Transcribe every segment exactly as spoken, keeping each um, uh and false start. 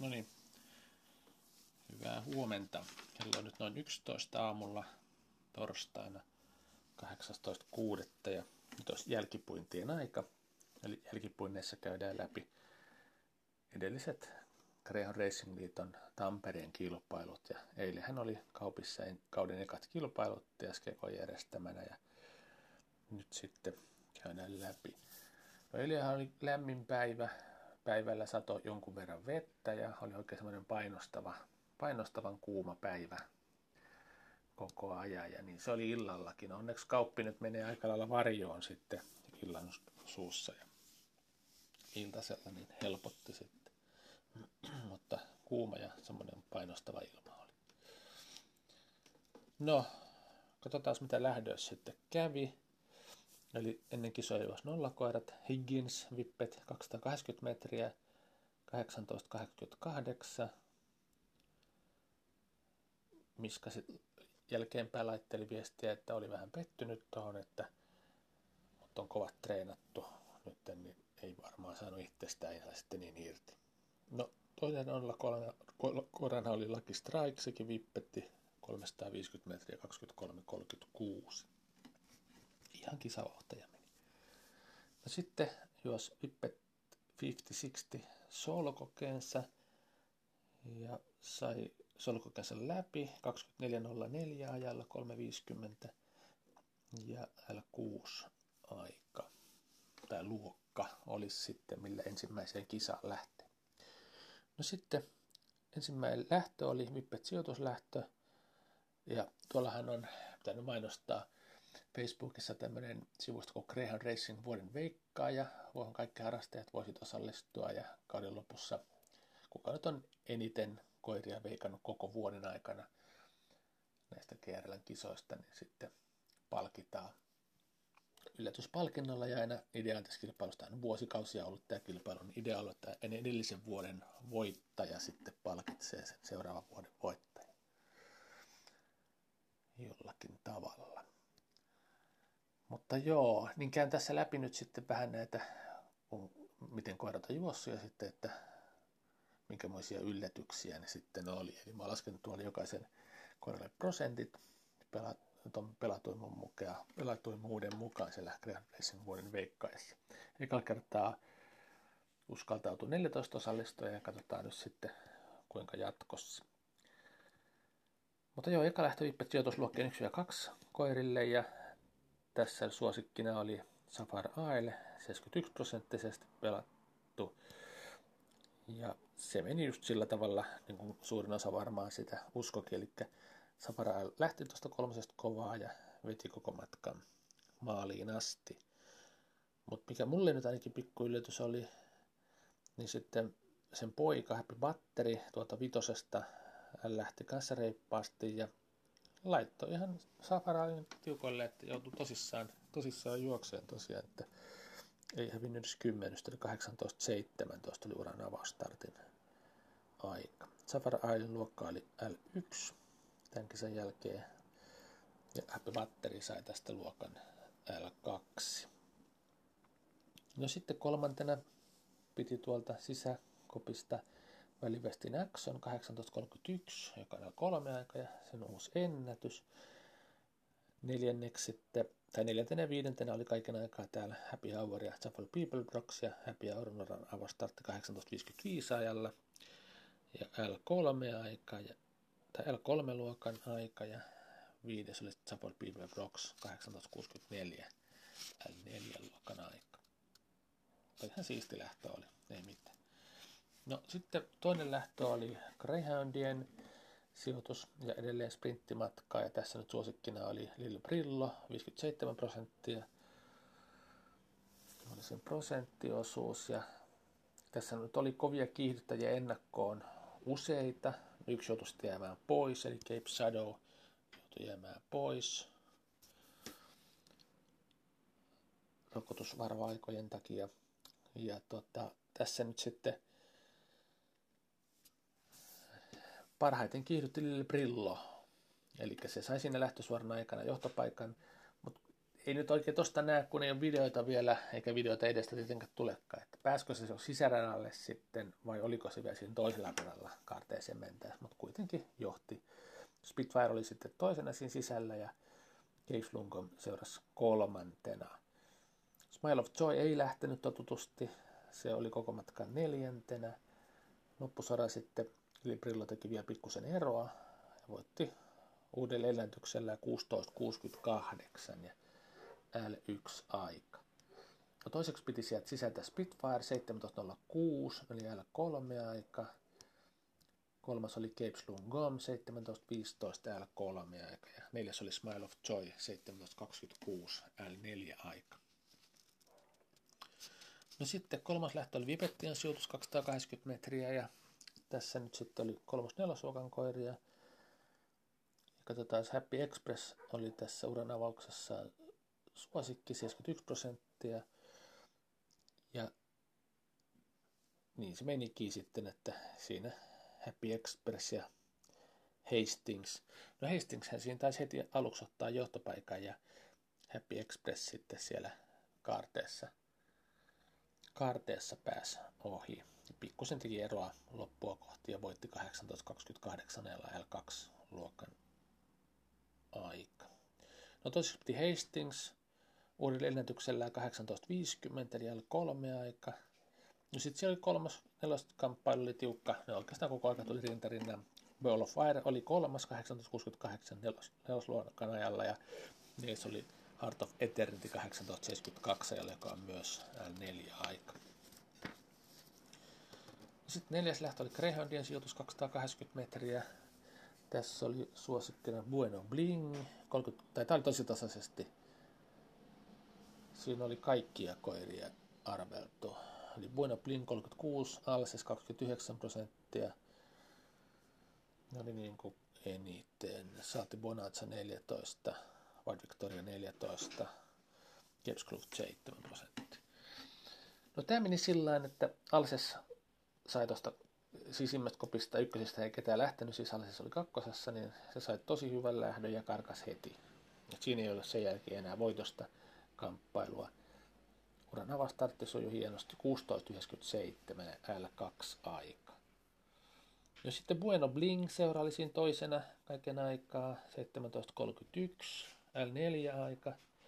No niin, hyvää huomenta. Kello on nyt noin yksitoista aamulla torstaina kahdeksastoista kuudetta ja nyt olisi jälkipuintien aika. Eli jälkipuinneissa käydään läpi edelliset Greyhound Racing Liiton Tampereen kilpailut. Ja eilenhän oli kaupissa kauden ekat kilpailut T S G K:n järjestämänä ja nyt sitten käydään läpi. No eilenhän oli lämmin päivä. Päivällä satoi jonkun verran vettä ja oli oikein semmoinen painostava, painostavan kuuma päivä koko ajan. Ja niin se oli illallakin. Onneksi kauppi nyt menee aika lailla varjoon sitten illan suussa ja iltasella niin helpotti sitten. Mutta kuuma ja semmoinen painostava ilma oli. No, katsotaan mitä lähdössä sitten kävi. Eli ennen kisoja juosi nollakoirat, Higgins, Vippet kaksisataakahdeksankymmentä metriä, kahdeksantoista kahdeksankymmentäkahdeksan. Miska sitten jälkeenpäin laitteli viestiä, että oli vähän pettynyt tuohon, että mutta on kovat treenattu nyt, niin ei varmaan saanut itsestään ihan sitten niin irti. No toinen nollakoirana oli Lucky Strike, sekin Vippetti kolmesataaviisikymmentä metriä, kaksikymmentäkolme kolmekymmentäkuusi. Ihan kisavauhtaja meni. No sitten juosi Vippet viisikymmentä kuusikymmentä solokokeensa ja sai solokokeensa läpi kaksikymmentäneljä nolla neljä ajalla kolme viisikymmentä ja L kuusi aika tai luokka olisi sitten millä ensimmäiseen kisaan lähtee. No sitten ensimmäinen lähtö oli Vippet sijoituslähtö ja tuollahan on pitänyt mainostaa Facebookissa tämmöinen sivusto kuin Greyhound Racing vuoden veikkaaja, johon kaikki harrastajat voisit osallistua ja kauden lopussa, kuka nyt on eniten koiria veikannut koko vuoden aikana näistä G R L:n kisoista, niin sitten palkitaan yllätyspalkinnolla ja aina idea tässä kilpailusta on vuosikausia ollut tämä kilpailun idea ollut, että edellisen vuoden voittaja sitten palkitsee sen seuraavan vuoden voittajan jollakin tavalla. Mutta joo, niin käyn tässä läpi nyt sitten vähän näitä, miten koirat on juossut ja sitten, että minkämoisia yllätyksiä ne sitten oli. Eli mä lasken tuolla jokaisen koiralle prosentit tuon pelatuimuuden mukaan, pelatuimuuden mukaan siellä Greyhound Racing vuoden veikkaessa. Ekalla kertaa uskaltautui neljätoista osallistujaa ja katsotaan nyt sitten kuinka jatkossa. Mutta joo, eka lähtö Vippet sijoitusluokkien yksi ja kaksi koirille ja tässä suosikkina oli Safar Isle, seitsemänkymmentäyksi prosenttisesti pelattu. Ja se meni just sillä tavalla, niin kuin suurin osa varmaan sitä uskokin. Eli Safar Isle lähti tuosta kolmosesta kovaa ja veti koko matkan maaliin asti. Mutta mikä mulle nyt ainakin pikku yllätys oli, niin sitten sen poika Happy Batteri tuolta vitosesta hän lähti kanssa reippaasti ja laittoi ihan Safarailin tiukoille, että joutui tosissaan, tosissaan juokseen tosiaan, että ei hävinnyt edes kymmenystä, eli kahdeksantoista seitsemäntoista oli uran avaustartin aika. Safarailin luokka oli L yksi tämän kesän jälkeen, ja Happy Batteri sai tästä luokan L kaksi. No sitten kolmantena piti tuolta sisäkopista Välivestin Action kahdeksantoista kolmekymmentäyksi, joka on L kolme aika ja sen uusi ennätys. Neljänneksi sitten, tai neljäntenä ja viidentenä oli kaiken aikaa täällä Happy Hour ja Shuffle People Blocks ja Happy Hour on avastartti kahdeksantoista viisikymmentäviisi ajalla ja L kolme aika, ja, tai L kolme luokan aika ja viides oli Shuffle People Blocks kahdeksantoista kuusikymmentäneljä L neljä luokan aika. Ihan siisti lähtö oli, ei mitään. No sitten toinen lähtö oli Greyhoundien sijoitus ja edelleen sprinttimatkaa ja tässä nyt suosikkina oli Lil Brillo, viisikymmentäseitsemän prosenttia oli sen prosenttiosuus ja tässä nyt oli kovia kiihdyttäjiä ennakkoon useita. Yksi joutui sitten jäämään pois, eli Cape Shadow joutui jäämään pois rokotusvarva-aikojen takia ja tota, tässä nyt sitten parhaiten kiihdytti Lil Brillo, eli se sai siinä lähtösuoran aikana johtopaikan, mutta ei nyt oikein tosta näe, kun ei ole videoita vielä, eikä videoita edestä tietenkään tulekaan. Että pääskö se sisäradalle sitten, vai oliko se vielä siinä toisella radalla kaarteeseen mentäessä, mutta kuitenkin johti. Spitfire oli sitten toisena siinä sisällä ja Cape Flungom seurasi kolmantena. Smile of Joy ei lähtenyt totutusti, se oli koko matkan neljäntenä. Loppusora sitten Librillo teki vielä pikkusen eroa ja voitti uudella ennätyksellä kuusitoista kuusikymmentäkahdeksan ja L yksi aika. No toiseksi piti sieltä sisältä Spitfire seitsemäntoista nolla kuusi, eli L kolme aika. Kolmas oli Cape Flungom seitsemäntoista viisitoista L kolme aika ja neljäs oli Smile of Joy seitsemäntoista kaksikymmentäkuusi L neljä aika. No sitten kolmas lähtö oli Vipettien sijoitus kaksisataakahdeksankymmentä metriä ja tässä nyt sitten oli kolmos nelosluokan koiria. Ja katsotaan, Happy Express oli tässä uran avauksessa suosikki seitsemänkymmentäyksi prosenttia. Ja niin se menikin sitten, että siinä Happy Express ja Hastings. No Hastingshän siinä taisi heti aluksi ottaa johtopaikan ja Happy Express sitten siellä kaarteessa, kaarteessa pääsi ohi. Pikkusen teki eroa loppua kohti ja voitti kahdeksantoista kaksikymmentäkahdeksan L kaksi luokan aika. No toiseksi piti Hastings uudella ennätyksellä kahdeksantoista viisikymmentä eli L kolme aika. No sitten siellä oli kolmas, nelosta kamppailu oli tiukka, ne oikeastaan koko aika tuli rintarinnan. Ball of Fire oli kolmas kahdeksantoista kuusikymmentäkahdeksan nelos, nelosluokan ajalla ja neljäs oli Heart of Eternity kahdeksantoista seitsemänkymmentäkaksi ajalla, joka on myös L neljä aika. Sitten neljäs lähtö oli Greyhoundien sijoitus kaksisataakahdeksankymmentä metriä. Tässä oli suosikkina Bueno Bling, kolmekymmentä, tai tämä oli tosi tasaisesti. Siinä oli kaikkia koiria arveltu. Eli Bueno Bling kolmekymmentäkuusi, Alces kaksikymmentäyhdeksän prosenttia. Ne oli niin kuin eniten. Salty Bonanza neljätoista, White Victoria neljätoista, Cape Club seitsemän prosenttia. No tämä meni sillä että Alces sai tuosta sisimmästä kopista ykkösestä ei ketään lähtenyt, siis Alces oli kakkosessa, niin se sai tosi hyvän lähdön ja karkas heti. Et siinä ei ole sen jälkeen enää voitosta kamppailua. Uran avastartti sujui hienosti kuusitoista yhdeksänkymmentäseitsemän L kaksi aika. Ja sitten Bueno Bling seuraali siinä toisena kaiken aikaa seitsemäntoista kolmekymmentäyksi L neljä aika.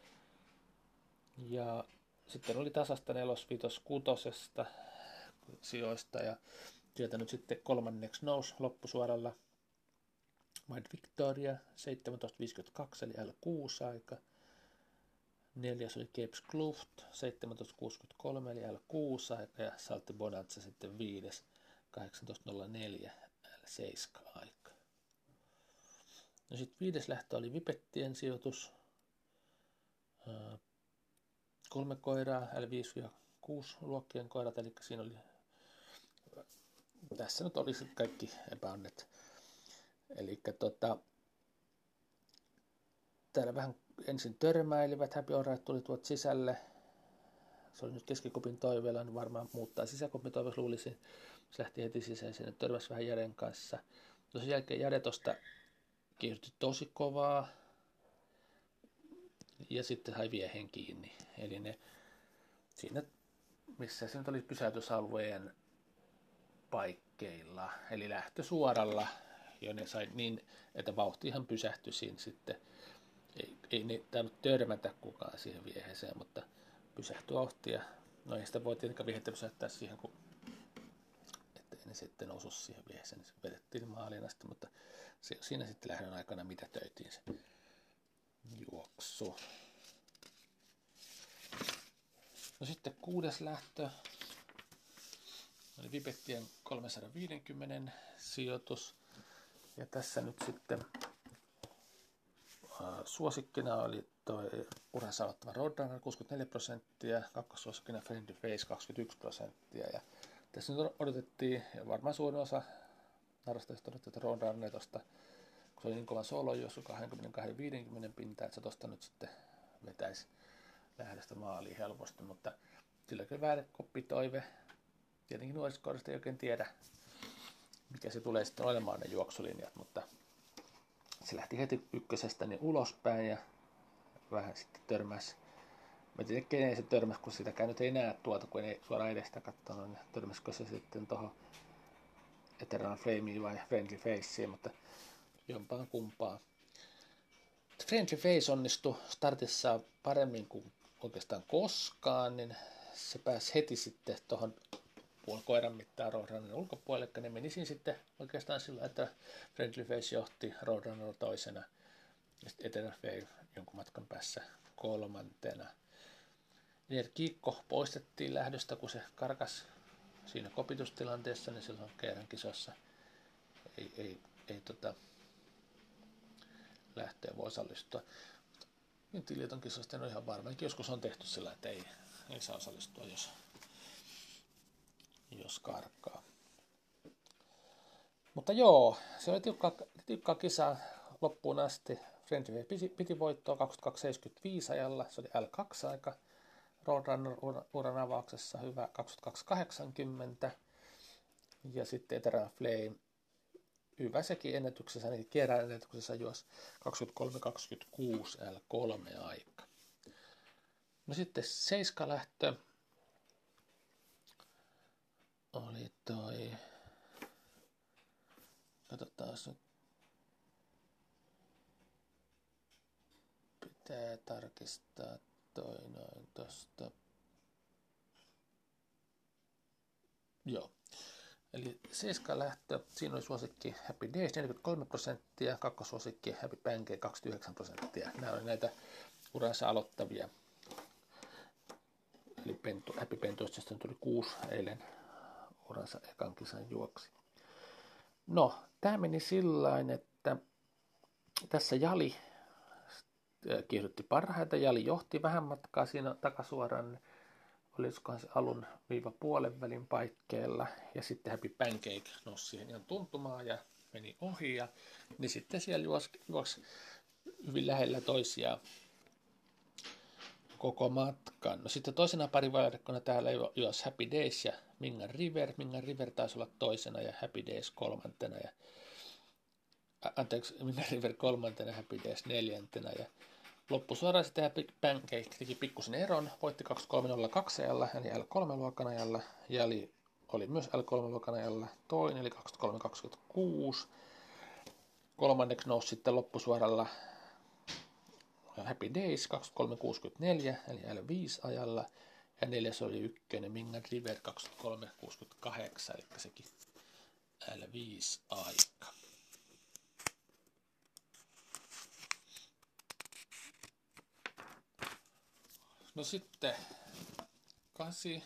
Ja sitten oli tasasta nelos, vitos, kutosesta sijoista ja sieltä nyt sitten kolmanneksi nousi loppusuoralla White Victoria seitsemäntoista viisikymmentäkaksi eli L kuusi aika. Neljäs oli Cape Cluft seitsemäntoista kuusikymmentäkolme eli L kuusi aika ja Salty Bonanza sitten viides kahdeksantoista nolla neljä L seitsemän aika. No sitten viides lähtö oli Vipettien sijoitus. Kolme koiraa L viisi kuusi luokkien koirat, eli siinä oli tässä nyt oli kaikki epäonnet. Eli tota, täällä vähän ensin törmäilivät, Happy Alright tuli tuot sisälle. Se oli nyt keskikopin toiveella, niin varmaan muuttaa sisäkopin toiveessa luulisin. Se lähti heti sisään sinne, törmäsi vähän Jaren kanssa. No sen jälkeen Jare tosta kiihdytti tosi kovaa. Ja sitten sai viehen kiinni. Eli ne siinä, missä se nyt oli pysäytysalueen paikkeilla, eli lähtö suoralla, jo ne sai niin, että vauhti ihan pysähtyi siinä sitten. Ei, ei ne tainnut törmätä kukaan siihen vieheeseen, mutta pysähtyi vauhtia. No ei sitä voi tietenkään viehettä pysäyttää siihen, kun ettei ne sitten osu siihen vieheeseen, niin se vedettiin maaliin asti, mutta se, siinä sitten lähdön aikana mitä töitiin se juoksu. No sitten kuudes lähtö oli Vipettien kolmesataaviisikymmentä sijoitus. Ja tässä nyt sitten äh, suosikkina oli toi uransa aloittava Roadrunner kuusikymmentäneljä prosenttia, kakkossuosikkina Friendly Face kaksikymmentäyksi prosenttia. Ja tässä nyt odotettiin, ja varmaan suurin osa harrastajista odotti, että Roadrunner tosta, kun se oli niin kova solo, jos kaksikymmentä viisikymmentä pintaa, että se tosta nyt sitten vetäisi lähdöstä maaliin helposti, mutta sillä kyllä vähän koppitoive. Tietenkin nuorista kohdista ei oikein tiedä, mikä se tulee sitten olemaan ne juoksulinjat, mutta se lähti heti ykkösestä niin ulospäin ja vähän sitten törmäs. Mä tiedän, kenen se törmäs, kun sitäkään nyt ei näe tuota, kun ei suoraan edestä katsonut, niin törmäskö se sitten tuohon Eternal Flameen vai Friendly Faceen, mutta jompaan kumpaan. Friendly Face onnistui startissa paremmin kuin oikeastaan koskaan, niin se pääsi heti sitten tuohon puolen koiran mittaan Roadrunnerin ulkopuolelle, ne meni siinä sitten oikeastaan sillä, että Friendly Face johti Roadrunner toisena ja sitten Eternal Flame jonkun matkan päässä kolmantena. Kiikko poistettiin lähdöstä, kun se karkas siinä kopitustilanteessa, niin silloin kerran kisossa ei, ei, ei tota, lähtöä voi osallistua. Tiliton kisosta en ole ihan varma. Joskus on tehty sillä, että ei, ei saa osallistua, jos, jos karkaa. Mutta joo, se oli tiukkaa, tiukkaa kisaa loppuun asti. Friendly piti, piti voittoa kaksikymmentäkaksi seitsemänkymmentäviisi ajalla, se oli L kaksi aika. Roadrunner uran avauksessa hyvä kaksikymmentäkaksi kahdeksankymmentä. Ja sitten Eternal Flame hyvä sekin ennätyksessä, niin kierän ennätyksessä juosi kaksikymmentäkolme kaksikymmentäkuusi L kolme aika. No sitten seiska lähtö oli toi, katsotaan nyt, pitää tarkistaa toi noin tosta. Joo. Eli seiska lähtö, siinä oli suosikki Happy Days neljäkymmentäkolme prosenttia, kakkossuosikki Happy Pancake kaksikymmentäyhdeksän prosenttia. Nämä oli näitä uransa aloittavia. Eli pentu, Happy Pentuista tuli kuusi eilen uransa ekan kisan juoksi. No, tämä meni sillain, että tässä Jali kiihdytti parhaita. Jali johti vähän matkaa siinä takasuoran, olisikohan se alun viiva puolen välin paikkeilla, ja sitten Happy Pancake nousi siihen ihan tuntumaan ja meni ohi, ja niin sitten siellä juosi, juoksi hyvin lähellä toisiaan koko matkan. No sitten toisena parivaljakkona täällä juosi Happy Days ja Mingan River. Mingan River taisi olla toisena ja Happy Days kolmantena, ja anteeksi, Mingan River kolmantena ja Happy Days neljäntenä, ja loppusuoraan sitten Happy Pancake teki pikkusen eron, voitti kaksikymmentäkolme nolla kaksi ajalla, eli L kolme luokan ajalla, ja oli, oli myös L kolme luokan ajalla toinen, eli kaksikymmentäkolme kaksikymmentäkuusi. Kolmanneksi nousi sitten loppusuoralla Happy Days kaksikymmentäkolme kuusikymmentäneljä, eli L viisi ajalla, ja neljäs oli ykkönen Mingan River kaksikymmentäkolme kuusikymmentäkahdeksan, eli sekin L viisi aika. No sitten kasi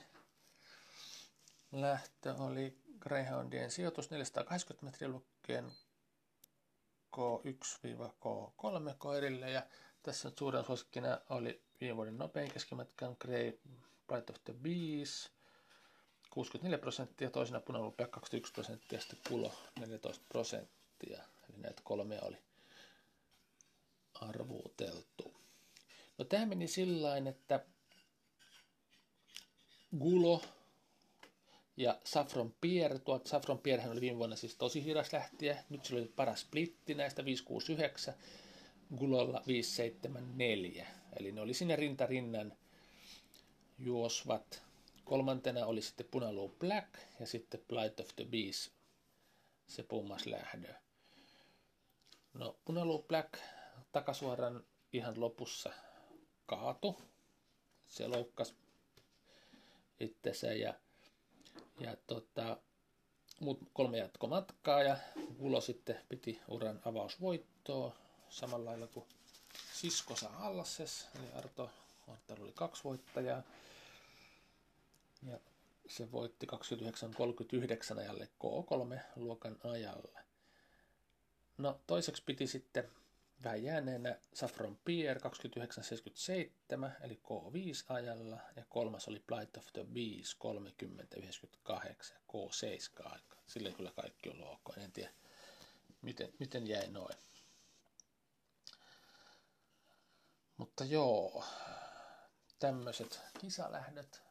lähtö oli Greyhoundien sijoitus neljäsataakahdeksankymmentä metriä luokkien K yksi K kolme koirille, ja tässä nyt suuren suosikkina oli viime vuoden nopein keskimatkan Grey Bright of the Bees kuusikymmentäneljä prosenttia, toisena Punalupea kaksikymmentäyksi prosenttia ja sitten Pulo neljätoista prosenttia, eli näitä kolmea oli arvuuteltu. No tämä meni sillain, että Gulo ja Saffron Pierre, tuolta Saffron Pierrehän oli viime vuonna siis tosi hidas lähtiä, nyt sillä oli paras splitti näistä viisi kuusi yhdeksän, Gulolla viisi seitsemän neljä, eli ne oli siinä rintarinnan juosvat. Kolmantena oli sitten Punaloo Black ja sitten Blight of the Bees, se pummas lähdö. No Punaloo Black takasuoran ihan lopussa kaatu, se loukkasi itsensä ja, ja tota, muut kolme jatko matkaa ja Gulo sitten piti uran avausvoittoa samalla lailla kuin siskonsa Allasses, eli Arto Arto oli kaksi voittajaa ja se voitti kaksikymmentäyhdeksän kolmekymmentäyhdeksän ajalle K kolme luokan ajalla. No toiseksi piti sitten vähän jääneenä Saffron Pierre kaksikymmentäyhdeksän seitsemänkymmentäseitsemän eli K viisi ajalla ja kolmas oli Blight of the Bees kolmekymmentä yhdeksänkymmentäkahdeksan K seitsemän aika. Sillä kyllä kaikki on ok. En tiedä miten, miten jäi noin. Mutta joo, tämmöiset kisalähdöt.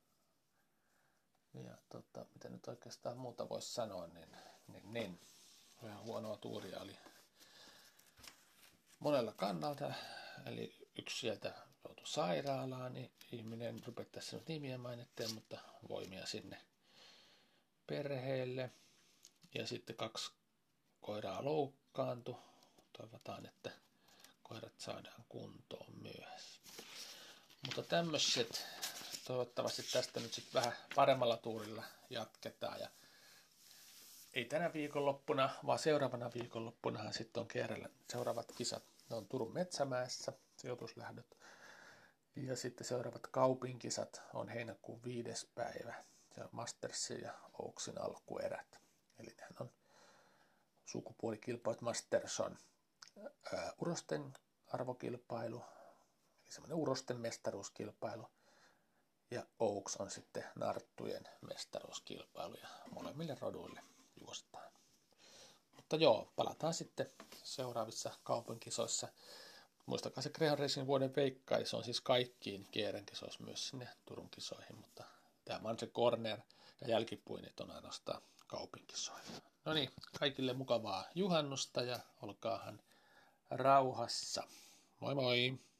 Ja tota, mitä nyt oikeastaan muuta voisi sanoa, niin, niin, niin. Vähän huonoa tuuria oli monella kannalta, eli yksi sieltä joutui sairaalaan, niin ihminen rupesi tässä nyt nimiä mainitteen, mutta voimia sinne perheelle. Ja sitten kaksi koiraa loukkaantui. Toivotaan, että koirat saadaan kuntoon myös. Mutta tämmöiset, toivottavasti tästä nyt sitten vähän paremmalla tuurilla jatketaan. Ja ei tänä viikonloppuna, vaan seuraavana viikonloppunahan sitten on Keerellä seuraavat kisat. Ne on Turun Metsämäessä, sijoituslähdöt. Ja sitten seuraavat kaupinkisat on heinäkuun viides päivä. Se on Mastersin ja Oaksin alkuerät. Eli nehän on sukupuolikilpailut. Masters on ää, urosten arvokilpailu, eli semmoinen urosten mestaruuskilpailu. Ja Oaks on sitten narttujen mestaruuskilpailu ja molemmille roduille juostaan. Mutta joo, palataan sitten seuraavissa kaupunkisoissa. Muistakaa se Greyhound Racing vuoden veikkai, se on siis kaikkiin Kierän kisoissa myös sinne Turun kisoihin, mutta tämä Manse Corner ja jälkipuinit on ainoastaan kaupunkisoilla. No niin, kaikille mukavaa juhannusta ja olkaahan rauhassa. Moi moi!